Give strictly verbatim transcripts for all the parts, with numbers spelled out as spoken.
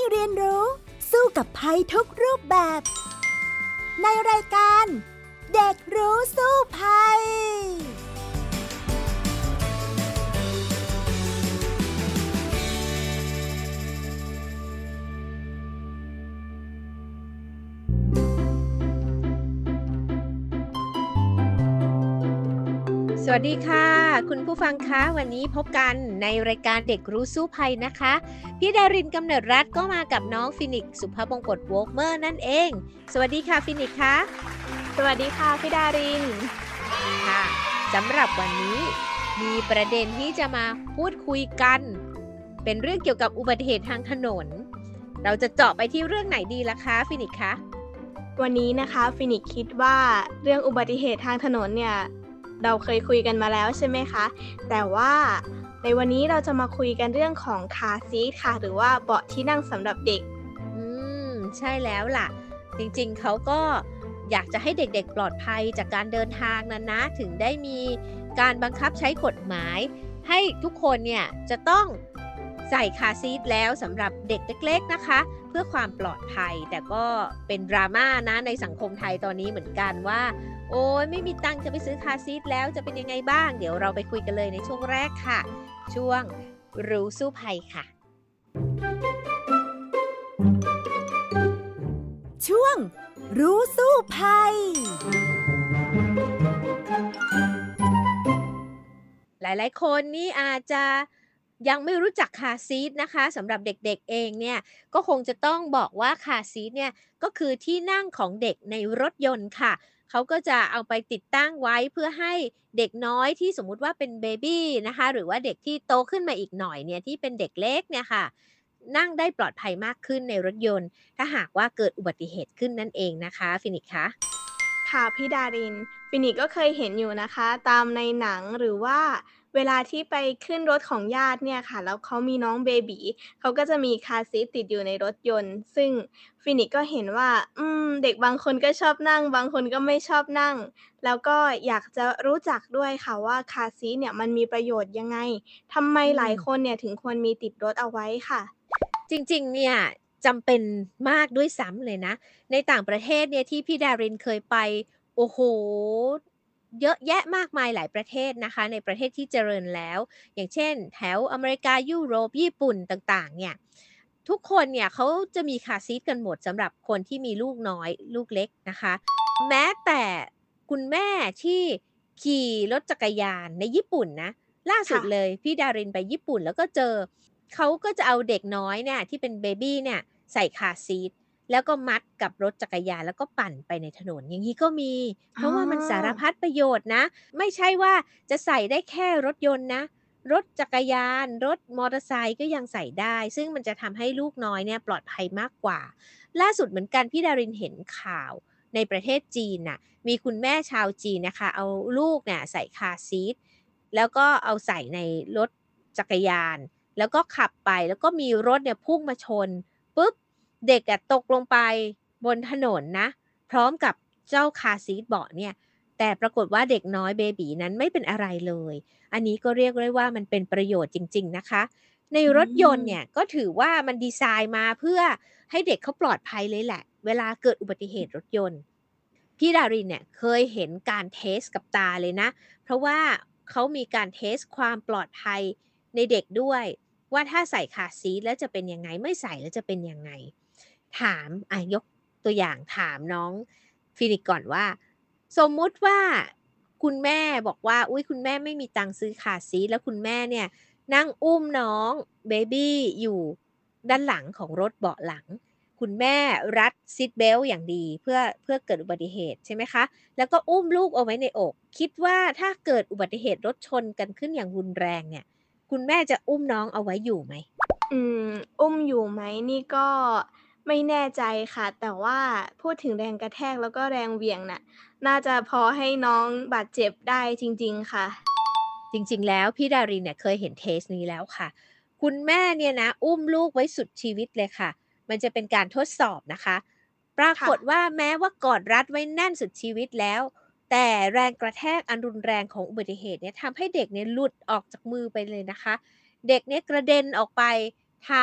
เรียนรู้สู้กับภัยทุกรูปแบบในรายการเด็กรู้สู้ภัยสวัสดีค่ะคุณผู้ฟังคะวันนี้พบกันในรายการเด็กรู้สู้ภัยนะคะพี่ดารินกำเนิดรัตน์ก็มากับน้องฟินิกซ์สุภบงกตโวกเมอร์นั่นเองสวัสดีค่ะฟินิกซ์คะสวัสดีค่ะพี่ดารินค่ะสำหรับวันนี้มีประเด็นที่จะมาพูดคุยกันเป็นเรื่องเกี่ยวกับอุบัติเหตุทางถนนเราจะเจาะไปที่เรื่องไหนดีล่ะคะฟินิกซ์คะวันนี้นะคะฟินิกซ์คิดว่าเรื่องอุบัติเหตุทางถนนเนี่ยเราเคยคุยกันมาแล้วใช่ไหมคะแต่ว่าในวันนี้เราจะมาคุยกันเรื่องของคาร์ซีทค่ะหรือว่าเบาะที่นั่งสำหรับเด็กอืมใช่แล้วล่ะจริงๆเขาก็อยากจะให้เด็กๆปลอดภัยจากการเดินทางนั้นนะถึงได้มีการบังคับใช้กฎหมายให้ทุกคนเนี่ยจะต้องใส่คาร์ซีทแล้วสำหรับเด็กเล็กๆนะคะเพื่อความปลอดภัยแต่ก็เป็นดราม่านะในสังคมไทยตอนนี้เหมือนกันว่าโอ้ยไม่มีตังค์จะไปซื้อคาร์ซีทแล้วจะเป็นยังไงบ้างเดี๋ยวเราไปคุยกันเลยในช่วงแรกค่ะช่วงรู้สู้ภัยค่ะช่วงรู้สู้ภัยหลายๆคนนี่อาจจะยังไม่รู้จักคาร์ซีทนะคะสำหรับเด็กๆเองเนี่ยก็คงจะต้องบอกว่าคาร์ซีทเนี่ยก็คือที่นั่งของเด็กในรถยนต์ค่ะเขาก็จะเอาไปติดตั้งไว้เพื่อให้เด็กน้อยที่สมมุติว่าเป็นเบบี้นะคะหรือว่าเด็กที่โตขึ้นมาอีกหน่อยเนี่ยที่เป็นเด็กเล็กเนี่ยค่ะนั่งได้ปลอดภัยมากขึ้นในรถยนต์ถ้าหากว่าเกิดอุบัติเหตุขึ้นนั่นเองนะคะฟินิกซ์คะค่ะพี่ดารินฟินิกซ์ก็เคยเห็นอยู่นะคะตามในหนังหรือว่าเวลาที่ไปขึ้นรถของญาติเนี่ยค่ะแล้วเขามีน้องเบบีเขาก็จะมีคาร์ซีทติดอยู่ในรถยนต์ซึ่งฟินิกซ์ก็เห็นว่าอืมเด็กบางคนก็ชอบนั่งบางคนก็ไม่ชอบนั่งแล้วก็อยากจะรู้จักด้วยค่ะว่าคาร์ซีทเนี่ยมันมีประโยชน์ยังไงทำไมอืหลายคนมเนี่ยถึงควรมีติดรถเอาไว้ค่ะจริงๆเนี่ยจำเป็นมากด้วยซ้ำเลยนะในต่างประเทศเนี่ยที่พี่ดารินเคยไปโอ้โฮเยอะแยะมากมายหลายประเทศนะคะในประเทศที่เจริญแล้วอย่างเช่นแถวอเมริกายุโรปญี่ปุ่นต่างๆเนี่ยทุกคนเนี่ยเขาจะมีคาร์ซีตกันหมดสำหรับคนที่มีลูกน้อยลูกเล็กนะคะแม้แต่คุณแม่ที่ขี่รถจักรยานในญี่ปุ่นนะล่าสุดค่ะเลยพี่ดารินไปญี่ปุ่นแล้วก็เจอ เขาก็จะเอาเด็กน้อยเนี่ยที่เป็นเบบีเนี่ยใส่คาร์ซีตแล้วก็มัดกับรถจักรยานแล้วก็ปั่นไปในถนนอย่างงี้ก็มีเพอ๋ราะว่ามันสารอพัดประโยชน์นะไม่ใช่ว่าจะใส่ได้แค่รถยนต์นะรถจักรยานรถมอเตอร์ไซค์ก็ยังใส่ได้ซึ่งมันจะทำให้ลูกน้อยเนี่ยปลอดภัยมากกว่าล่าสุดเหมือนกันพี่ดารินเห็นข่าวในประเทศจีนน่ะมีคุณแม่ชาวจีนน่ะค่ะเอาลูกเนี่ยใส่คาร์ซีตแล้วก็เอาใส่ในรถจักรยาน แล้วก็ขับไปแล้วก็มีรถเนี่ยพุ่งมาชนปุ๊บเด็กอะตกลงไปบนถนนนะพร้อมกับเจ้าคาร์ซีตเบาะเนี่ยแต่ปรากฏว่าเด็กน้อยเบบีนั้นไม่เป็นอะไรเลยอันนี้ก็เรียกได้ว่ามันเป็นประโยชน์จริงๆนะคะในอืรถยนต์เนี่ยมก็ถือว่ามันดีไซน์มาเพื่อให้เด็กเขาปลอดภัยเลยแหละเวลาเกิดอุบัติเหตุรถยนต์พี่ดารินเนี่ยเคยเห็นการเทสต์กับตาเลยนะเพราะว่าเขามีการเทสต์ความปลอดภัยในเด็กด้วย ว่าถ้าใส่คาร์ซีตแล้วจะเป็นยังไงไม่ใส่แล้วจะเป็นยังไงถามอ่ะยกตัวอย่างถามน้องฟินิกก่อนว่าสมมุติว่าคุณแม่บอกว่าอุ๊ยคุณแม่ไม่มีตังค์ซื้อคาร์ซีตแล้วคุณแม่เนี่ยนั่งอุ้มน้องเบบีอยู่ด้านหลังของรถเบาะหลังคุณแม่รัดซีตเบลต์อย่างดีเพื่อเพื่อเกิดอุบัติเหตุใช่ไหมคะแล้วก็อุ้มลูกเอาไว้ในอกคิดว่าถ้าเกิดอุบัติเหตุรถชนกันขึ้นอย่างรุนแรงเนี่ย คุณแม่จะอุ้มน้องเอาไว้อยู่ไหมอืมอุ้มอยู่ไหมนี่ก็ไม่แน่ใจค่ะแต่ว่าพูดถึงแรงกระแทกแล้วก็แรงเหวี่ยงน่ะน่าจะพอให้น้องบาดเจ็บได้จริงๆค่ะจริงๆแล้วพี่ดารินเนี่ยเคยเห็นเทสนี้แล้วค่ะคุณแม่เนี่ยนะอุ้มลูกไว้สุดชีวิตเลยค่ะมันจะเป็นการทดสอบนะคะปรากค่ะฏว่าแม้ว่ากอดรัดไว้แน่นสุดชีวิตแล้วแต่แรงกระแทกอันรุนแรงของอุบัติเหตุเนี่ยทำให้เด็กเนี่ยหลุดออกจากมือไปเลยนะคะเด็กเนี่ยกระเด็นออกไปทาง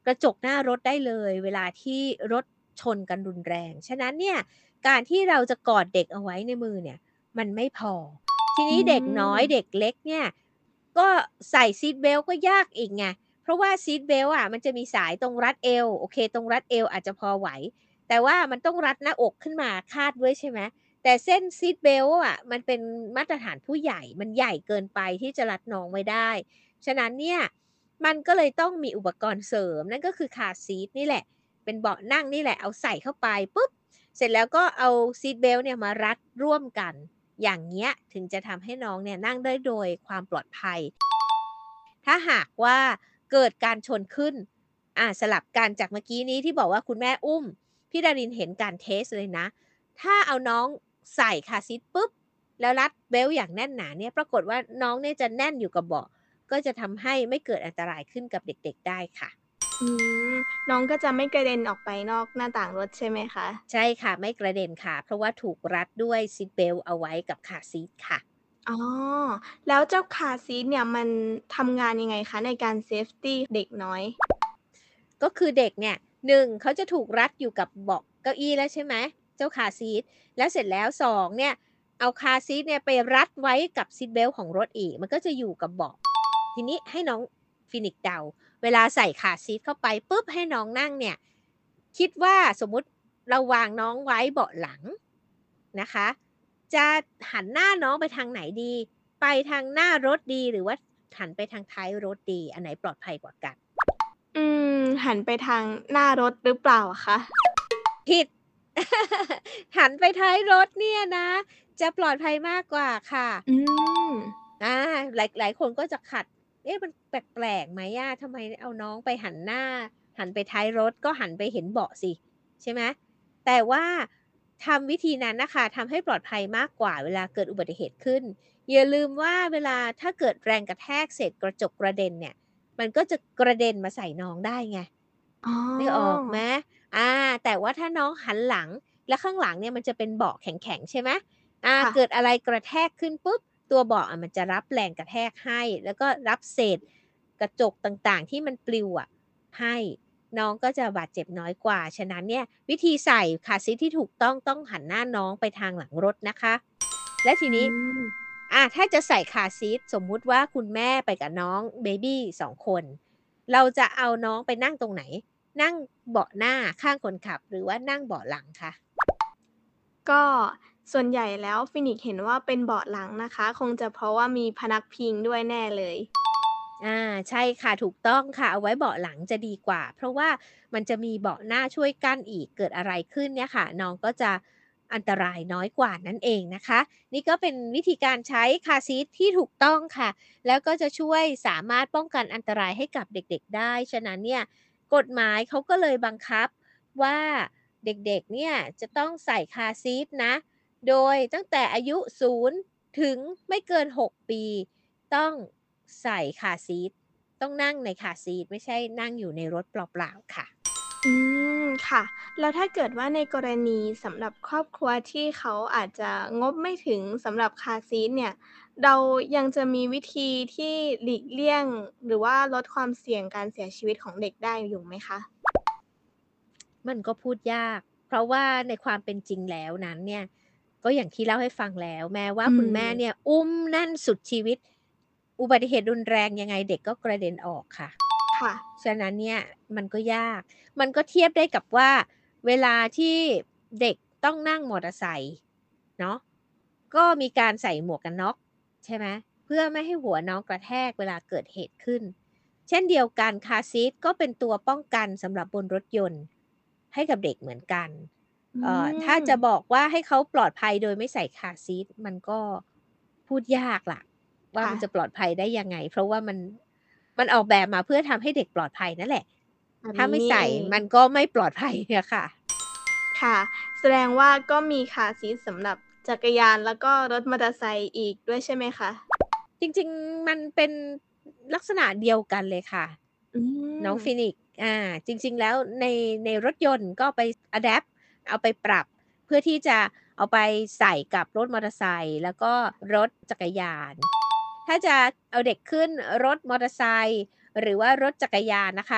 กระจกหน้ารถได้เลยเวลาที่รถชนกันรุนแรง ฉะนั้นเนี่ยการที่เราจะกอดเด็กเอาไว้ในมือเนี่ยมันไม่พอ ทีอืนี้เด็กน้อยมเด็กเล็กเนี่ยก็ใส่ซีตเบลต์ก็ยากอีกไง เพราะว่าซีตเบลต์อะมันจะมีสายตรงรัดเอว โอเค ตรงรัดเอวอาจจะพอไหว แต่ว่ามันต้องรัดหน้าอกขึ้นมาคาดด้วยใช่ไหม แต่เส้นซีตเบลต์อะมันเป็นมาตรฐานผู้ใหญ่ มันใหญ่เกินไปที่จะรัดน้องไว้ได้ ฉะนั้นเนี่ยมันก็เลยต้องมีอุปกรณ์เสริม นั่นก็คือคาร์ซีตนี่แหละ เป็นเบาะนั่งนี่แหละ เอาใส่เข้าไปปุ๊บ เสร็จแล้วก็เอาซีตเบลต์เนี่ยมารัดร่วมกัน อย่างเงี้ยถึงจะทำให้น้องเนี่ยนั่งได้โดยความปลอดภัย ถ้าหากว่าเกิดการชนขึ้น อ่า สลับกันจากเมื่อกี้นี้ที่บอกว่าคุณแม่อุ้ม พี่ดารินเห็นการเทสต์เลยนะ ถ้าเอาน้องใส่คาร์ซีตปุ๊บ แล้วรัดเบลต์อย่างแน่นหนาเนี่ย ปรากฏว่าน้องเนี่ยจะแน่นอยู่กับเบาะ ก็จะทำให้ไม่เกิดอันตรายขึ้นกับเด็กๆได้ค่ะอืม น้องก็จะไม่กระเด็นออกไปนอกหน้าต่างรถใช่ไหมคะ? ใช่ค่ะ ไม่กระเด็นค่ะ เพราะว่าถูกรัดด้วยซีตเบลต์เอาไว้กับคาร์ซีตค่ะอ๋อ แล้วเจ้าคาร์ซีตเนี่ยมันทำงานยังไงคะในการเซฟตีเด็กน้อย? ก็คือเด็กเนี่ย หนึ่ง เขาจะถูกรัดอยู่กับเบาะเก้าอี้แล้วใช่ไหม เจ้าคาร์ซีต แล้วเสร็จแล้ว สอง เนี่ยเอาคาร์ซีตเนี่ยไปรัดไว้กับซีตเบลต์ของรถอีก มันก็จะอยู่กับเบาะ ทีนี้ให้น้องฟินิกซ์เดา เวลาใส่คาร์ซีตเข้าไปปุ๊บ ให้น้องนั่งเนี่ย คิดว่าสมมุติเราวางน้องไว้เบาะหลังนะคะ จะหันหน้าน้องไปทางไหนดี ไปทางหน้ารถดี หรือว่าหันไปทางท้ายรถดี อันไหนปลอดภัยกว่ากัน? อืม หันไปทางหน้ารถหรือเปล่าคะ? ผิด หันไปท้ายรถเนี่ยนะ จะปลอดภัยมากกว่าค่ะอืมอา หลาย หลายคนก็จะขัด เอ๊ะ มันแปลก ๆ ไหมอะ ทำไมเอาน้องไปหันหน้า หันไปท้ายรถ ก็หันไปเห็นเบาะสิ ใช่ไหม แต่ว่าทำวิธีนั้นน่ะค่ะ ทำให้ปลอดภัยมากกว่าเวลาเกิดอุบัติเหตุขึ้น อย่าลืมว่าเวลาถ้าเกิดแรงกระแทกเศษกระจกกระเด็นเนี่ย มันก็จะกระเด็นมาใส่น้องได้ไงอ๋อนึกออกไหม อา แต่ว่าถ้าน้องหันหลัง แล้วข้างหลังเนี่ยมันจะเป็นเบาะแข็ง ๆ ใช่ไหม อาค่เกิะดอะไรกระแทกขึ้นปุ๊บ ตัวเบาะอะมันจะรับแรงกระแทกให้ แล้วก็รับเศษกระจกต่าง ๆ ที่มันปลิวอะให้ น้องก็จะบาดเจ็บน้อยกว่า ฉะนั้นเนี่ยวิธีใส่คาร์ซีตที่ถูกต้อง ต้องหันหน้าน้องไปทางหลังรถนะคะ แล้วทีอืนี้มอา ถ้าจะใส่คาร์ซีต สมมุติว่าคุณแม่ไปกับน้องเบบี สอง คน เราจะเอาน้องไปนั่งตรงไหน นั่งเบาะหน้าข้างคนขับ หรือว่านั่งเบาะหลังคะ? ก็ส่วนใหญ่แล้วฟินิกซ์เห็นว่าเป็นเบาะหลังนะคะ คงจะเพราะว่ามีพนักพิงด้วยแน่เลยอา ใช่ค่ะ ถูกต้องค่ะ เอาไว้เบาะหลังจะดีกว่า เพราะว่ามันจะมีเบาะหน้าช่วยกั้นอีก เกิดอะไรขึ้นเนี่ยค่ะ น้องก็จะอันตรายน้อยกว่านั่นเองนะคะ นี่ก็เป็นวิธีการใช้คาร์ซีตที่ถูกต้องค่ะ แล้วก็จะช่วยสามารถป้องกันอันตรายให้กับเด็ก ๆ ได้ ฉะนั้นเนี่ยกฎหมายเขาก็เลยบังคับว่า เด็ก ๆ เนี่ยจะต้องใส่คาร์ซีตนะ โดยตั้งแต่อายุ ศูนย์ ถึงไม่เกิน หก ปี ต้องใส่คาร์ซีต ต้องนั่งในคาร์ซีต ไม่ใช่นั่งอยู่ในรถเปล่า ๆ ค่ะอืม ค่ะ แล้วถ้าเกิดว่าในกรณีสำหรับครอบครัวที่เขาอาจจะงบไม่ถึงสำหรับคาร์ซีตเนี่ย เรายังจะมีวิธีที่หลีกเลี่ยง หรือว่าลดความเสี่ยงการเสียชีวิตของเด็กได้อยู่ไหมคะ? มันก็พูดยาก เพราะว่าในความเป็นจริงแล้วนั้นเนี่ย ก็อย่างที่เล่าให้ฟังแล้ว แม้ว่าอืคุณแม่มเนี่ยอุ้มแน่นสุดชีวิต อุบัติเหตุรุนแรงยังไงเด็กก็กระเด็นออกค่ะค่ะฉะนั้นเนี่ยมันก็ยาก มันก็เทียบได้กับว่า เวลาที่เด็กต้องนั่งมอเตอร์ไซค์เนาะ ก็มีการใส่หมวกกันน็อก ใช่ไหม เพื่อไม่ให้หัวน้องกระแทกเวลาเกิดเหตุขึ้น เช่นเดียวกันคาร์ซีตก็เป็นตัวป้องกันสำหรับบนรถยนต์ให้กับเด็กเหมือนกันอืเอ่อ ถ้าจะมบอกว่าให้เขาปลอดภัยโดยไม่ใส่คาร์ซีต มันก็พูดยากล่ะว่าค่มันะจะปลอดภัยได้ยังไง เพราะว่ามัน มันออกแบบมาเพื่อทำให้เด็กปลอดภัยนั่นแหละแบบถ้านี้นี่ไม่ใสเ่องมันก็ไม่ปลอด ภัย อะค่ะค่ะ แสดงว่าก็มีคาร์ซีตสำหรับจักรยาน แล้วก็รถมอเตอร์ไซค์อีกด้วยใช่ไหมคะ? จริง ๆ มันเป็นลักษณะเดียวกันเลยค่ะอืน้องฟิมนิกซ์ อา จริง ๆ แล้วใน ในรถยนต์ก็ไป อะแดปต์ เอาไปปรับ เพื่อที่จะเอาไปใส่กับรถมอเตอร์ไซค์ แล้วก็รถจักรยาน ถ้าจะเอาเด็กขึ้นรถมอเตอร์ไซค์ หรือว่ารถจักรยานนะคะ ห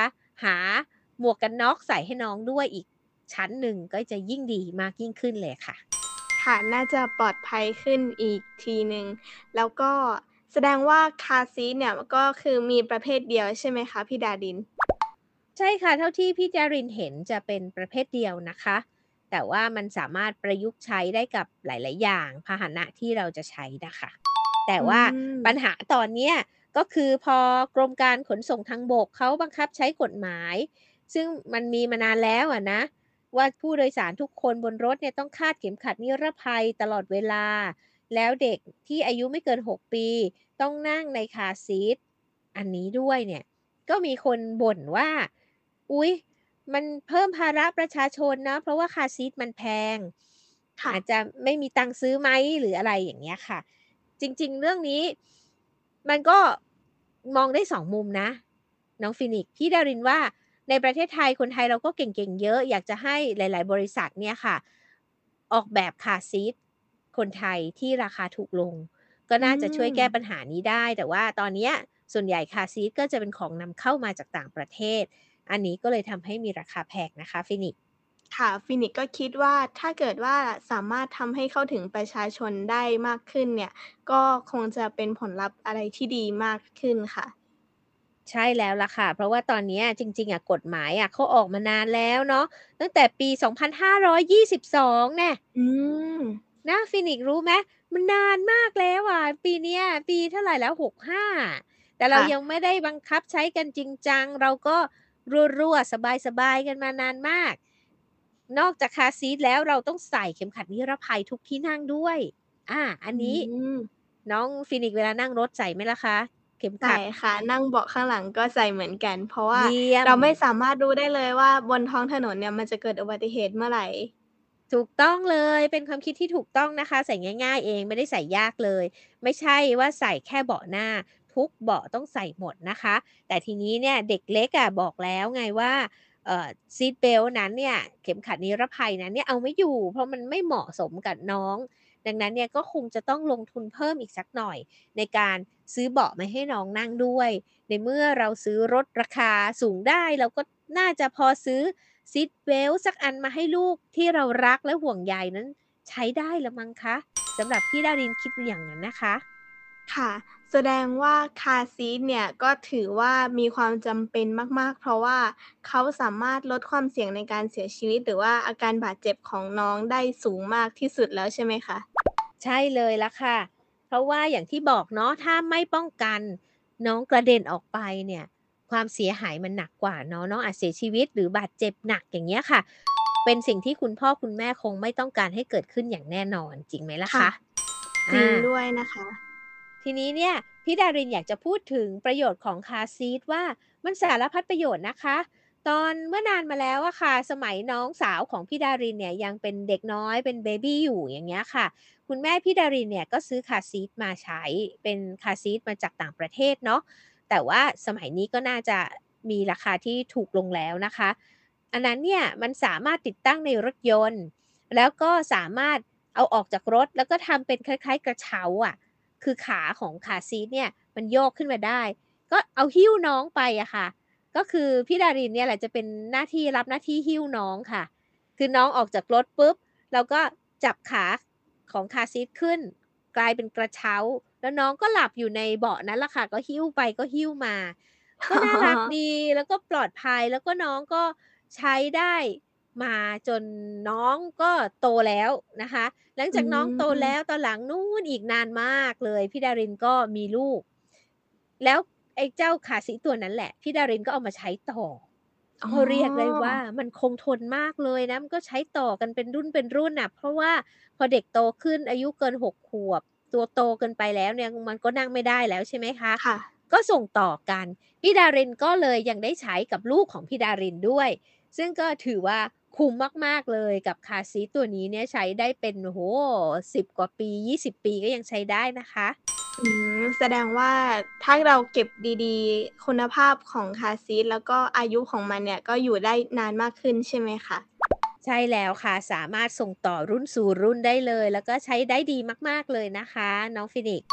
หาหมวกกันน็อกใส่ให้น้องด้วยอีกชั้นหนึ่งก็จะยิ่งดีมากยิ่งขึ้นเลยค่ะค่ะ น่าจะปลอดภัยขึ้นอีกทีหนึ่ง แล้วก็แสดงว่าคาร์ซีตเนี่ย ก็คือมีประเภทเดียวใช่ไหมคะพี่ดาริน? ใช่ค่ะ เท่าที่พี่ดารินเห็นจะเป็นประเภทเดียวนะคะ แต่ว่ามันสามารถประยุกต์ใช้ได้กับหลาย ๆ อย่าง พาหนะที่เราจะใช้น่ะค่ะ แต่อืว่าปัญมหาตอนเนี้ย ก็คือพอกรมการขนส่งทางบกเขาบังคับใช้กฎหมาย ซึ่งมันมีมานานแล้วอะนะว่า ผู้โดยสารทุกคนบนรถเนี่ยต้องคาดเข็มขัดนิรภัยตลอดเวลา แล้วเด็กที่อายุไม่เกิน หก ปีต้องนั่งในคาร์ซีต อันนี้ด้วยเนี่ย ก็มีคนบ่นว่า "อุ๊ย มันเพิ่มภาระประชาชนนะ เพราะว่าคาร์ซีตมันแพงค่อาจะจะไม่มีตังค์ซื้อไหม?" หรืออะไรอย่างเงี้ยค่ะ จริง ๆ เรื่องนี้มันก็มองได้ สอง มุมนะน้องฟีนิกซ์ พี่ดารินว่า ในประเทศไทย คนไทยเราก็เก่ง ๆ เยอะ อยากจะให้หลาย ๆ บริษัทเนี่ยค่ะ ออกแบบคาร์ซีตคนไทยที่ราคาถูกลง ก็อืน่าจะช่วยแก้มปัญหานี้ได้ แต่ว่าตอนเนี้ยส่วนใหญ่คาร์ซีตก็จะเป็นของนำเข้ามาจากต่างประเทศ อันนี้ก็เลยทำให้มีราคาแพงนะคะฟีนิกซ์ค่ะ ฟีนิกซ์ก็คิดว่า ถ้าเกิดว่าสามารถทำให้เข้าถึงประชาชนได้มากขึ้นเนี่ย ก็คงจะเป็นผลลัพธ์อะไรที่ดีมากขึ้นค่ะใช่แล้วล่ะค่ะ เพราะว่าตอนเนี้ยจริง ๆ อะ กฎหมายอะเขาออกมานานแล้วเนาะ ตั้งแต่ปี สองพันห้าร้อยยี่สิบสอง แน่ะอืมนะฟีนิกซ์รู้ไหม? มันนานมากแล้วอะ ปีเนี้ยปีเท่าไรแล้ว หกห้า แต่เครา่ยังะไม่ได้บังคับใช้กันจริงจัง เราก็รั่ว ๆ สบาย ๆ กันมานานมาก นอกจากคาร์ซีตแล้ว เราต้องใส่เข็มขัดนิรภัยทุกที่นั่งด้วย อา อัอนืนี้มน้องฟีนิกซ์เวลานั่งรถใส่ไหมล่ะคะ เข็มใสข่ัด? ค่ะ นั่งเบาะข้างหลังก็ใส่เหมือนกัน เพราะว่าเยี่ยเราไม่มสามารถรู้ได้เลยว่า บนท้องถนนเนี่ยมันจะเกิดอุบัติเหตุเมื่อไหร่ถูกต้องเลย เป็นความคิดที่ถูกต้องนะคะ ใส่ง่าย ๆ เอง ไม่ได้ใส่ยากเลย ไม่ใช่ว่าใส่แค่เบาะหน้า ทุกเบาะต้องใส่หมดนะคะ แต่ทีนี้เนี่ยเด็กเล็กอะบอกแล้วไงว่า เอ่อ ซีตเบลต์นั้นเนี่ย เข็มขัดนิรภัยนั้นเนี่ยเอาไม่อยู่ เพราะมันไม่เหมาะสมกับน้อง ดังนั้นเนี่ยก็คงจะต้องลงทุนเพิ่มอีกสักหน่อย ในการซื้อเบาะมาให้น้องนั่งด้วย ในเมื่อเราซื้อรถราคาสูงได้ เราก็น่าจะพอซื้อซีตเบลต์สักอันมาให้ลูกที่เรารักและห่วงใยนั้นใช้ได้แล้วมั้งคะ สำหรับพี่ดารินคิดอย่างนั้นนะคะค่ะ แสดงว่าคาร์ซีตเนี่ย ก็ถือว่ามีความจำเป็นมาก ๆ เพราะว่าเขาสามารถลดความเสี่ยงในการเสียชีวิต หรือว่าอาการบาดเจ็บของน้องได้สูงมากที่สุดแล้วใช่ไหมคะ? ใช่เลยล่ะค่ะ เพราะว่าอย่างที่บอกเนาะ ถ้าไม่ป้องกันน้องกระเด็นออกไปเนี่ย ความเสียหายมันหนักกว่าเนาะ น้องอาจเสียชีวิต หรือบาดเจ็บหนัก อย่างเงี้ยค่ะ เป็นสิ่งที่คุณพ่อคุณแม่คงไม่ต้องการให้เกิดขึ้นอย่างแน่นอน จริงไหมล่ะคค่ะะ? จอริงาด้วยนะคะทีนี้เนี่ยพี่ดารินอยากจะพูดถึงประโยชน์ของคาร์ซีตว่า มันสารพัดประโยชน์นะคะ ตอนเมื่อนานมาแล้วอะค่ะ สมัยน้องสาวของพี่ดารินเนี่ยยังเป็นเด็กน้อย เป็นเบบี อยู่ อย่างเงี้ยค่ะ คุณแม่พี่ดารินเนี่ยก็ซื้อคาร์ซีตมาใช้ เป็นคาร์ซีตมาจากต่างประเทศเนาะ แต่ว่าสมัยนี้ก็น่าจะมีราคาที่ถูกลงแล้วนะคะ อันนั้นเนี่ยมันสามารถติดตั้งในรถยนต์ แล้วก็สามารถเอาออกจากรถ แล้วก็ทำเป็นคล้าย ๆ กระเช้าอะ คือขาของคาร์ซีตเนี่ยมันโยกขึ้นมาได้ ก็เอาหิ้วน้องไปอะค่ะ ก็คือพี่ดารินเนี่ยแหละจะเป็นหน้าที่ รับหน้าที่หิ้วน้องค่ะ คือน้องออกจากรถปุ๊บ เราก็จับขาของคาร์ซีตขึ้น กลายเป็นกระเช้า แล้วน้องก็หลับอยู่ในเบาะนั้นแหละค่ะ ก็หิ้วไปก็หิ้วมา ก็น่ารักดี แล้วก็ปลอดภัย แล้วก็น้องก็ใช้ได้มาจนน้องก็โตแล้วนะคะ หลังอืจากน้องโตแล้มว ตอนหลังนู้นอีกนานมากเลย พี่ดารินก็มีลูก แล้วไอ้เจ้าคาร์ซีตตัวนั้นแหละ พี่ดารินก็เอามาใช้ต่ออ๋ก็เรียกได้ว่าอมันคงทนมากเลยนะ มันก็ใช้ต่อกันเป็นรุ่นเป็นรุ่นน่ะ เพราะว่าพอเด็กโตขึ้นอายุเกิน หก ขวบ ตัวโตเกินไปแล้วเนี่ย มันก็นั่งไม่ได้แล้วใช่ไหมคะค่ะก็ส่งต่อกัน พี่ดารินก็เลยยังได้ใช้กับลูกของพี่ดารินด้วย ซึ่งก็ถือว่าคุ้มมาก ๆ เลยกับคาร์ซีตตัวนี้เนี่ย ใช้ได้เป็น โอ้โฮ สิบ กว่าปี ยี่สิบ ปีก็ยังใช้ได้นะคะอืม แสดงว่าถ้าเราเก็บดี ๆ คุณภาพของคาร์ซีต แล้วก็อายุของมันเนี่ย ก็อยู่ได้นานมากขึ้นใช่ไหมคะ? ใช่แล้วค่ะ สามารถส่งต่อรุ่นสู่รุ่นได้เลย แล้วก็ใช้ได้ดีมาก ๆ เลยนะคะน้องฟีนิกซ์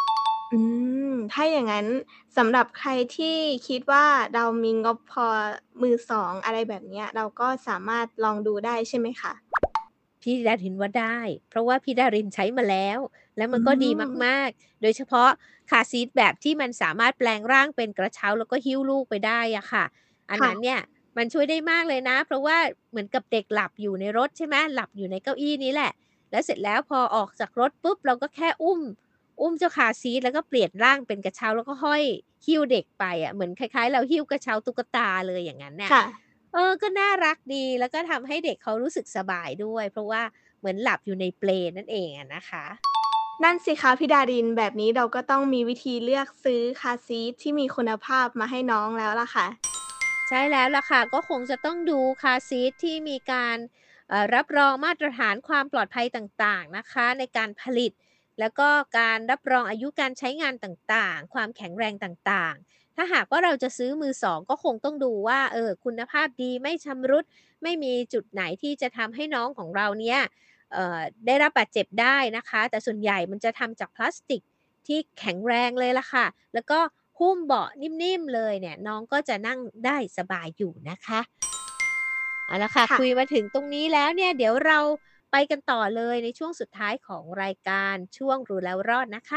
อืม ถ้าอย่างงั้นสำหรับใครที่คิดว่าเรามีงบพอมือสองอะไรแบบเนี้ย เราก็สามารถลองดูได้ใช่ไหมคะ? พี่ดารินว่าได้ เพราะว่าพี่ดารินใช้มาแล้ว แล้วอมืันก็ดีมมาก ๆ โดยเฉพาะคาร์ซีตแบบที่มันสามารถแปลงร่างเป็นกระเช้า แล้วก็หิ้วลูกไปได้อะค่ะ อันค่นั้นะเนี่ยมันช่วยได้มากเลยนะ เพราะว่าเหมือนกับเด็กหลับอยู่ในรถ ใช่ไหม หลับอยู่ในเก้าอี้นี้แหละ แล้วเสร็จแล้วพอออกจากรถปุ๊บ เราก็แค่อุ้ม อุ้มเจ้าคาร์ซีต แล้วก็เปลี่ยนร่างเป็นกระเช้า แล้วก็ห้อยหิ้วเด็กไปอะ เหมือนคล้าย ๆ เราหิ้วกระเช้าตุ๊กตาเลย อย่างงั้นน่ะค่ะเออ ก็น่ารักดี แล้วก็ทำให้เด็กเขารู้สึกสบายด้วย เพราะว่าเหมือนหลับอยู่ในเปลนั่นเองอะนะคะนั่นสิคะพี่ดาริน แบบนี้เราก็ต้องมีวิธีเลือกซื้อคาร์ซีตที่มีคุณภาพมาให้น้องแล้วล่ะค่ะใช่แล้วล่ะค่ะ ก็คงจะต้องดูคาร์ซีตที่มีการ เอ่อ รับรองมาตรฐานความปลอดภัยต่าง ๆ นะคะในการผลิต แล้วก็การรับรองอายุการใช้งานต่าง ๆ ความแข็งแรงต่าง ๆ ถ้าหากว่าเราจะซื้อมือสอง ก็คงต้องดูว่า เออ คุณภาพดีไม่ชำรุด ไม่มีจุดไหนที่จะทำให้น้องของเราเนี่ย เอ่อ ได้รับบาดเจ็บได้นะคะ แต่ส่วนใหญ่มันจะทำจากพลาสติกที่แข็งแรงเลยล่ะค่ะ แล้วก็หุ้มเบาะนิ่ม ๆ เลยเนี่ย น้องก็จะนั่งได้สบายอยู่นะคะ เอาละค่ะค่คุยะมาถึงตรงนี้แล้วเนี่ย เดี๋ยวเราไปกันต่อเลยในช่วงสุดท้ายของรายการ ช่วงรู้แล้วรอดนะคะ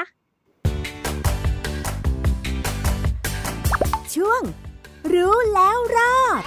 ช่วง รู้แล้วรอด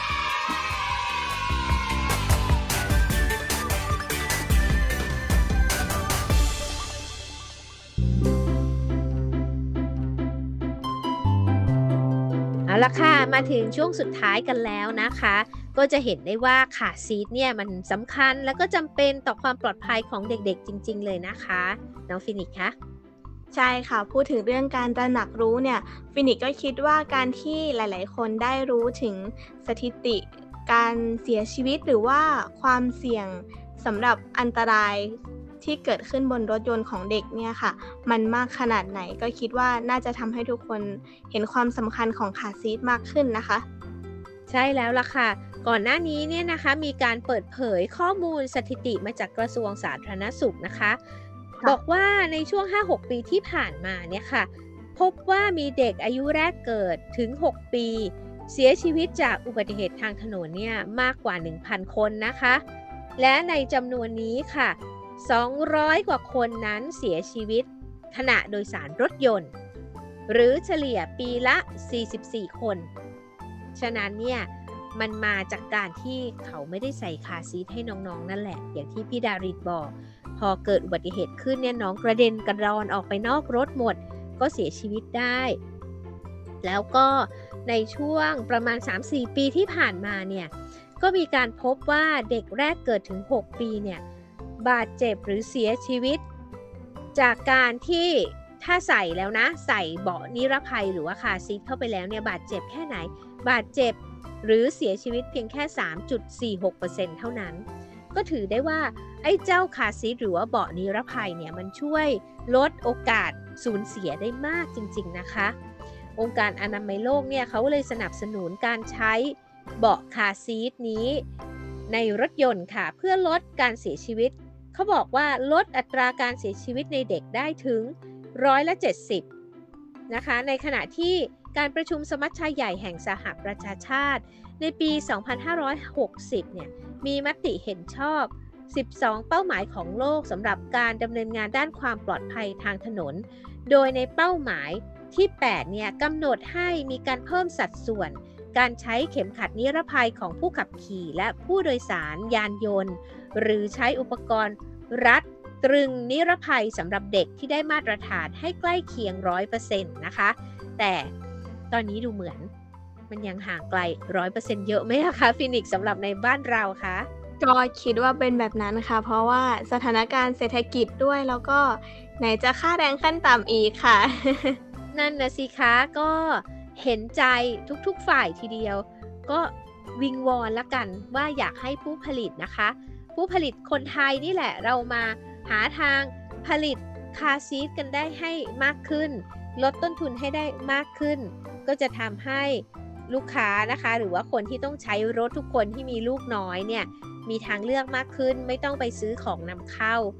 เอาละค่ะ มาถึงช่วงสุดท้ายกันแล้วนะคะ ก็จะเห็นได้ว่าคาร์ซีตเนี่ยมันสำคัญ แล้วก็จำเป็นต่อความปลอดภัยของเด็ก ๆ จริง ๆ เลยนะคะ น้องฟินิกส์คะ? ใช่ค่ะ พูดถึงเรื่องการตระหนักรู้เนี่ย ฟินิกส์ก็คิดว่าการที่หลาย ๆ คนได้รู้ถึงสถิติการเสียชีวิต หรือว่าความเสี่ยงสำหรับอันตรายที่เกิดขึ้นบนรถยนต์ของเด็กเนี่ยค่ะ มันมากขนาดไหน ก็คิดว่าน่าจะทำให้ทุกคนเห็นความสำคัญของคาร์ซีตมากขึ้นนะคะใช่แล้วล่ะค่ะ ก่อนหน้านี้เนี่ยนะคะ มีการเปิดเผยข้อมูลสถิติมาจากกระทรวงสาธารณสุขนะคะค่บะอกว่าในช่วง ห้าหก ปีที่ผ่านมาเนี่ยค่ะ พบว่ามีเด็กอายุแรกเกิดถึง หก ปี เสียชีวิตจากอุบัติเหตุทางถนนเนี่ยมากกว่า หนึ่งพัน คนนะคะ และในจำนวนนี้ค่ะ สองร้อย กว่าคนนั้นเสียชีวิตขณะโดยสารรถยนต์ หรือเฉลี่ยปีละ สี่สิบสี่ คน ฉะนั้นเนี่ยมันมาจากการที่เขาไม่ได้ใส่คาร์ซีตให้น้อง ๆ นั่นแหละ อย่างที่พี่ดารินบอก พอเกิดอุบัติเหตุขึ้นเนี่ย น้องกระเด็นกระดอนออกไปนอกรถหมด ก็เสียชีวิตได้ แล้วก็ในช่วงประมาณ สามสี่ ปีที่ผ่านมาเนี่ย ก็มีการพบว่าเด็กแรกเกิดถึง หก ปีเนี่ยบาดเจ็บหรือเสียชีวิต จากการที่ถ้าใส่แล้วนะ ใส่เบาะนิรภัย หรือว่าคาร์ซีตเข้าไปแล้วเนี่ย บาดเจ็บแค่ไหน บาดเจ็บหรือเสียชีวิตเพียงแค่ สามจุดสี่หกเปอร์เซ็นต์ เท่านั้น ก็ถือได้ว่าไอ้เจ้าคาร์ซีต หรือว่าเบาะนิรภัยเนี่ย มันช่วยลดโอกาสสูญเสียได้มากจริง ๆ นะคะ องค์การอนามัยโลกเนี่ย เขาเลยสนับสนุนการใช้เบาะคาร์ซีตนี้ในรถยนต์ค่ะ เพื่อลดการเสียชีวิต เขาบอกว่าลดอัตราการเสียชีวิตในเด็กได้ถึง ร้อยละเจ็ดสิบ นะคะ ในขณะที่การประชุมสมัชชาใหญ่แห่งสหประชาชาติในปี สองพันห้าร้อยหกสิบ เนี่ย มีมติเห็นชอบ สิบสอง เป้าหมายของโลกสำหรับการดำเนินงานด้านความปลอดภัยทางถนน โดยในเป้าหมายที่ แปด เนี่ยกำหนดให้มีการเพิ่มสัดส่วนการใช้เข็มขัดนิรภัยของผู้ขับขี่และผู้โดยสารยานยนต์ หรือใช้อุปกรณ์รัดตรึงนิรภัยสำหรับเด็กที่ได้มาตรฐานให้ใกล้เคียง ร้อยเปอร์เซ็นต์ นะคะ แต่ตอนนี้ดูเหมือนมันยังห่างไกล ร้อยเปอร์เซ็นต์ เยอะไหมอะคะฟินิกส์ สำหรับในบ้านเราคะ? ก็คิดว่าเป็นแบบนั้นค่ะ เพราะว่าสถานการณ์เศรษฐกิจด้วย แล้วก็ไหนจะค่าแรงขั้นต่ำอีกค่ะนั่นน่ะสิคะ ก็เห็นใจทุก ๆ ฝ่ายทีเดียว ก็วิงวอนแล้วกันว่า อยากให้ผู้ผลิตนะคะ ผู้ผลิตคนไทยนี่แหละ เรามาหาทางผลิตคาร์ซีตกันได้ให้มากขึ้น ลดต้นทุนให้ได้มากขึ้น ก็จะทำให้ลูกค้านะคะ หรือว่าคนที่ต้องใช้รถทุกคนที่มีลูกน้อยเนี่ย มีทางเลือกมากขึ้น ไม่ต้องไปซื้อของนำเข้า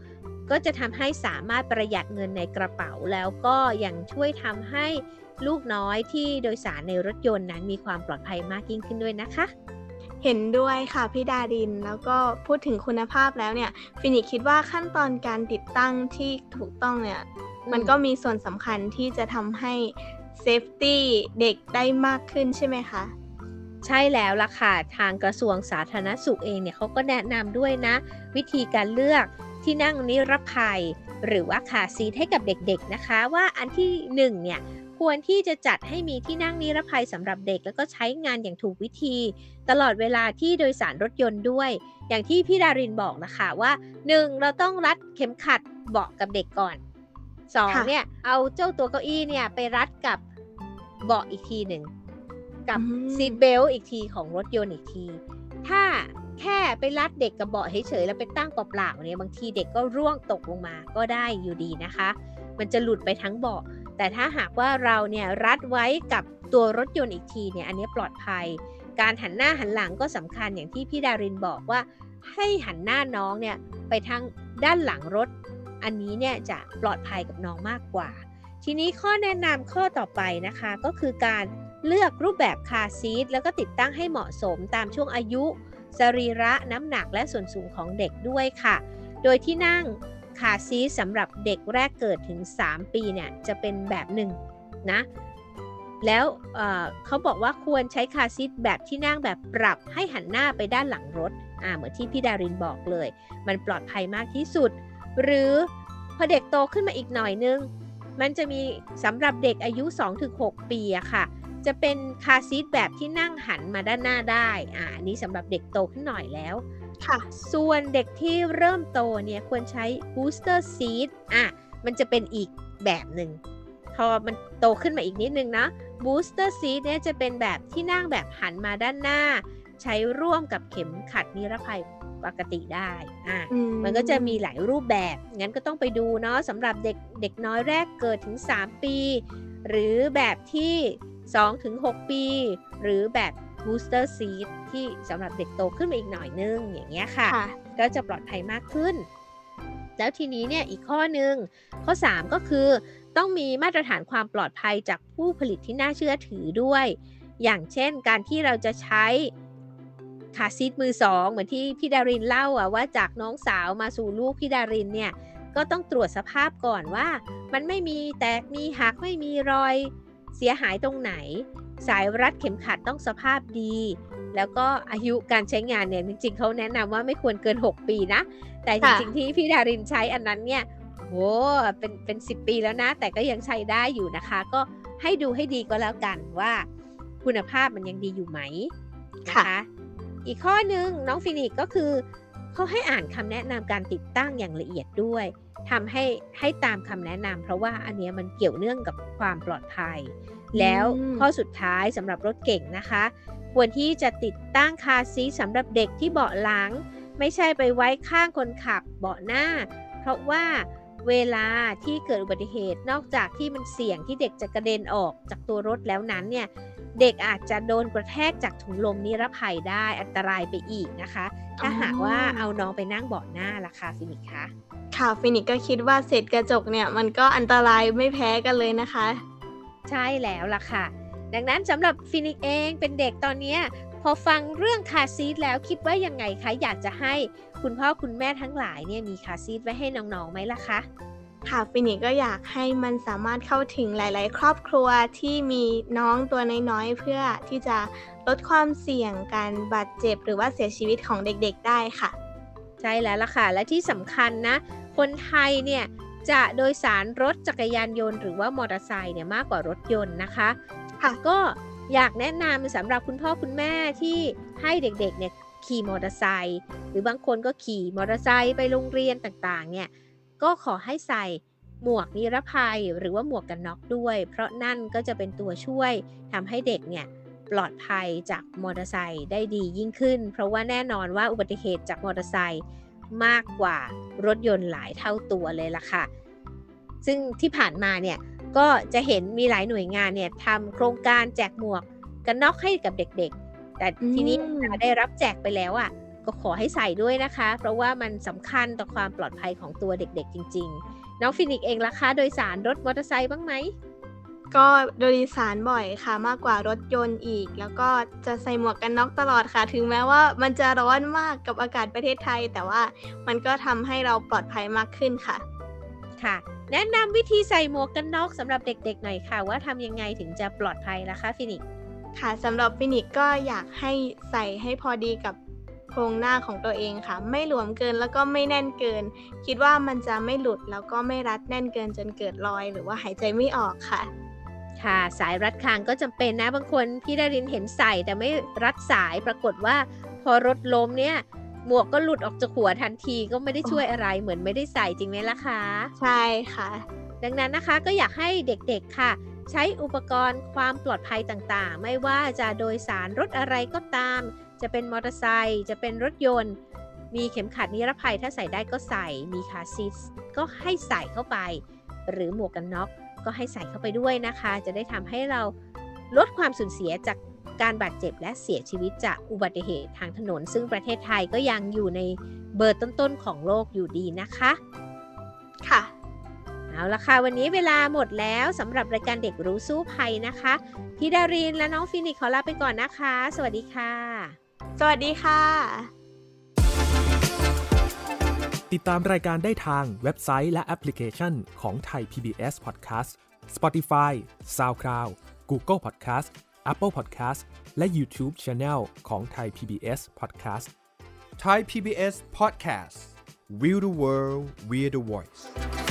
ก็จะทำให้สามารถประหยัดเงินในกระเป๋าแล้วก็ยังช่วยทำให้ลูกน้อยที่โดยสารในรถยนต์นั้นมีความปลอดภัยมากยิ่งขึ้นด้วยนะคะเห็นด้วยค่ะพี่ดารินแล้วก็พูดถึงคุณภาพแล้วเนี่ยฟินิกคิดว่าขั้นตอนการติดตั้งที่ถูกต้องเนี่ยมันก็มีส่วนสำคัญที่จะทำให้เซฟตี้เด็กได้มากขึ้นใช่ไหมคะใช่แล้วล่ะค่ะทางกระทรวงสาธารณสุขเองเนี่ยเขาก็แนะนำด้วยนะวิธีการเลือกที่นั่งนิรภัยหรือว่าคาร์ซีทให้กับเด็กๆนะคะว่าอันที่หนึ่งเนี่ยควรที่จะจัดให้มีที่นั่งนิรภัยสำหรับเด็กแล้วก็ใช้งานอย่างถูกวิธีตลอดเวลาที่โดยสารรถยนต์ด้วยอย่างที่พี่ดารินบอกนะคะว่าหนึ่งเราต้องรัดเข็มขัดเบาะกับเด็กก่อนสองเนี่ยเอาเจ้าตัวเก้าอี้เนี่ยไปรัดกับเบาะอีกทีหนึ่งกับซีทเบลต์อีกทีของรถยนต์อีกทีถ้าแค่ไปรัดเด็กกับเบาะเฉยๆแล้วไปตั้งเปล่าๆเนี่ยบางทีเด็กก็ร่วงตกลงมาก็ได้อยู่ดีนะคะมันจะหลุดไปทั้งเบาะแต่ถ้าหากว่าเราเนี่ยรัดไว้กับตัวรถยนต์อีกทีเนี่ยอันนี้ปลอดภัยการหันหน้าหันหลังก็สำคัญอย่างที่พี่ดารินบอกว่าให้หันหน้าน้องเนี่ยไปทางด้านหลังรถอันนี้เนี่ยจะปลอดภัยกับน้องมากกว่าทีนี้ข้อแนะนำข้อต่อไปนะคะก็คือการเลือกรูปแบบคาร์ซีทแล้วก็ติดตั้งให้เหมาะสมตามช่วงอายุสรีระน้ำหนักและส่วนสูงของเด็กด้วยค่ะโดยที่นั่งคาร์ซีทสำหรับเด็กแรกเกิดถึงสามปีเนี่ยจะเป็นแบบหนึ่งนะแล้ว เอ่อ เขาบอกว่าควรใช้คาร์ซีทแบบที่นั่งแบบปรับให้หันหน้าไปด้านหลังรถอ่าเหมือนที่พี่ดารินบอกเลยมันปลอดภัยมากที่สุดหรือพอเด็กโตขึ้นมาอีกหน่อยนึงมันจะมีสำหรับเด็กอายุ สองถึงหก ปีอะค่ะจะเป็นคาร์ซีทแบบที่นั่งหันมาด้านหน้าได้อ่าอันนี้สำหรับเด็กโตขึ้นหน่อยแล้วค่ะส่วนเด็กที่เริ่มโตเนี่ยควรใช้ booster seat อ่ะมันจะเป็นอีกแบบหนึ่งพอมันโตขึ้นมาอีกนิดนึงนะ booster seat เนี่ยจะเป็นแบบที่นั่งแบบหันมาด้านหน้าใช้ร่วมกับเข็มขัดนิรภัยปกติได้อ่ะมันก็จะมีหลายรูปแบบงั้นก็ต้องไปดูเนาะสำหรับเด็กเด็กน้อยแรกเกิดถึงสามปีหรือแบบที่สองถึงหก ปีหรือแบบ booster seat ที่สำหรับเด็กโตขึ้นมาอีกหน่อยนึงอย่างเงี้ยค่ะก็จะปลอดภัยมากขึ้นแล้วทีนี้เนี่ยอีกข้อนึงข้อสามก็คือต้องมีมาตรฐานความปลอดภัยจากผู้ผลิตที่น่าเชื่อถือด้วยอย่างเช่นการที่เราจะใช้คาร์ซีทมือสองเหมือนที่พี่ดารินเล่าอะว่าจากน้องสาวมาสู่ลูกพี่ดารินเนี่ยก็ต้องตรวจสภาพก่อนว่ามันไม่มีแตกมีหักไม่มีรอยเสียหายตรงไหนสายรัดเข็มขัดต้องสภาพดีแล้วก็อายุการใช้งานเนี่ยจริงๆเขาแนะนำว่าไม่ควรเกินหกปีนะแต่จริงๆที่พี่ดารินใช้อันนั้นเนี่ยโหเป็นเป็นสิบปีแล้วนะแต่ก็ยังใช้ได้อยู่นะคะก็ให้ดูให้ดีก็แล้วกันว่าคุณภาพมันยังดีอยู่ไหมนะคะอีกข้อนึงน้องฟินิกก็คือเขาให้อ่านคำแนะนำการติดตั้งอย่างละเอียดด้วยทำให้ให้ตามคำแนะนำเพราะว่าอันนี้มันเกี่ยวเนื่องกับความปลอดภัยแล้วข้อสุดท้ายสำหรับรถเก๋งนะคะควรที่จะติดตั้งคาร์ซีทสำหรับเด็กที่เบาะหลังไม่ใช่ไปไว้ข้างคนขับเบาะหน้าเพราะว่าเวลาที่เกิดอุบัติเหตุนอกจากที่มันเสี่ยงที่เด็กจะกระเด็นออกจากตัวรถแล้วนั้นเนี่ยเด็กอาจจะโดนกระแทกจากถุงลมนิรภัยได้อันตรายไปอีกนะคะถ้าหากว่าเอาน้องไปนั่งเบาะหน้าล่ะค่ะฟินิกคะค่ะฟินิกก็คิดว่าเศษกระจกเนี่ยมันก็อันตรายไม่แพ้กันเลยนะคะใช่แล้วล่ะค่ะดังนั้นสำหรับฟินิกเองเป็นเด็กตอนนี้พอฟังเรื่องคาร์ซีทแล้วคิดว่ายังไงคะอยากจะให้คุณพ่อคุณแม่ทั้งหลายเนี่ยมีคาร์ซีทไว้ให้น้องๆไหมล่ะคะค่ะฟินิกก็อยากให้มันสามารถเข้าถึงหลายๆครอบครัวที่มีน้องตัวน้อยๆเพื่อที่จะลดความเสี่ยงการบาดเจ็บหรือว่าเสียชีวิตของเด็กๆได้ค่ะใช่แล้วล่ะค่ะและที่สำคัญนะคนไทยเนี่ยจะโดยสารรถจักรยานยนต์หรือว่ามอเตอร์ไซค์เนี่ยมากกว่ารถยนต์นะคะค่ะก็อยากแนะนำสำหรับคุณพ่อคุณแม่ที่ให้เด็กๆเนี่ยขี่มอเตอร์ไซค์หรือบางคนก็ขี่มอเตอร์ไซค์ไปโรงเรียนต่างๆเนี่ยก็ขอให้ใส่หมวกนิรภัยหรือว่าหมวกกันน็อกด้วยเพราะนั่นก็จะเป็นตัวช่วยทำให้เด็กเนี่ยปลอดภัยจากมอเตอร์ไซค์ได้ดียิ่งขึ้นเพราะว่าแน่นอนว่าอุบัติเหตุจากมอเตอร์ไซค์มากกว่ารถยนต์หลายเท่าตัวเลยล่ะค่ะซึ่งที่ผ่านมาเนี่ยก็จะเห็นมีหลายหน่วยงานเนี่ยทำโครงการแจกหมวกกันน็อกให้กับเด็กๆแต่ทีนี้ได้รับแจกไปแล้วอ่ะก็ขอให้ใส่ด้วยนะคะ เพราะว่ามันสำคัญต่อความปลอดภัยของตัวเด็กๆจริงๆน้องฟินิกซ์เองล่ะคะโดยสารรถมอเตอร์ไซค์บ้างไหมก็โดยสารบ่อยค่ะมากกว่ารถยนต์อีก แล้วก็จะใส่หมวกกันน็อกตลอดค่ะ ถึงแม้ว่ามันจะร้อนมากกับอากาศประเทศไทย แต่ว่ามันก็ทำให้เราปลอดภัยมากขึ้นค่ะค่ะ แนะนำวิธีใส่หมวกกันน็อกสำหรับเด็กๆหน่อยค่ะว่าทำยังไงถึงจะปลอดภัยล่ะคะฟินิกซ์ค่ะสำหรับฟินิกก็อยากให้ใส่ให้พอดีกับโครงหน้าของตัวเองค่ะ ไม่หลวมเกินแล้วก็ไม่แน่นเกิน คิดว่ามันจะไม่หลุดแล้วก็ไม่รัดแน่นเกินจนเกิดรอย หรือว่าหายใจไม่ออกค่ะค่ะสายรัดคางก็จำเป็นนะบางคนพี่ดารินเห็นใส่แต่ไม่รัดสายปรากฏว่าพอรถล้มเนี่ยหมวกก็หลุดออกจากหัวทันทีก็ไม่ได้ช่วยอะไรเหมือนไม่ได้ใส่จริงไหมล่ะคะใช่ค่ะดังนั้นนะคะก็อยากให้เด็กๆค่ะใช้อุปกรณ์ความปลอดภัยต่างๆไม่ว่าจะโดยสารรถอะไรก็ตามจะเป็นมอเตอร์ไซค์จะเป็นรถยนต์มีเข็มขัดนิรภัยถ้าใส่ได้ก็ใส่มีคาร์ซีทก็ให้ใส่เข้าไปหรือหมวกกันน็อกก็ให้ใส่เข้าไปด้วยนะคะจะได้ทำให้เราลดความสูญเสียจากการบาดเจ็บและเสียชีวิตจากอุบัติเหตุทางถนนซึ่งประเทศไทยก็ยังอยู่ในเบอร์ต้นๆของโลกอยู่ดีนะคะค่ะเอาละค่ะวันนี้เวลาหมดแล้วสำหรับรายการเด็กรู้สู้ภัยนะคะพี่ดารินและน้องฟินิกขอลาไปก่อนนะคะสวัสดีค่ะสวัสดีค่ะติดตามรายการได้ทางเว็บไซต์และแอปพลิเคชันของ Thai พี บี เอส Podcast Spotify SoundCloud Google Podcast Apple Podcast และ YouTube Channel ของ Thai พี บี เอส Podcast Thai พี บี เอส Podcast We the World We the Voice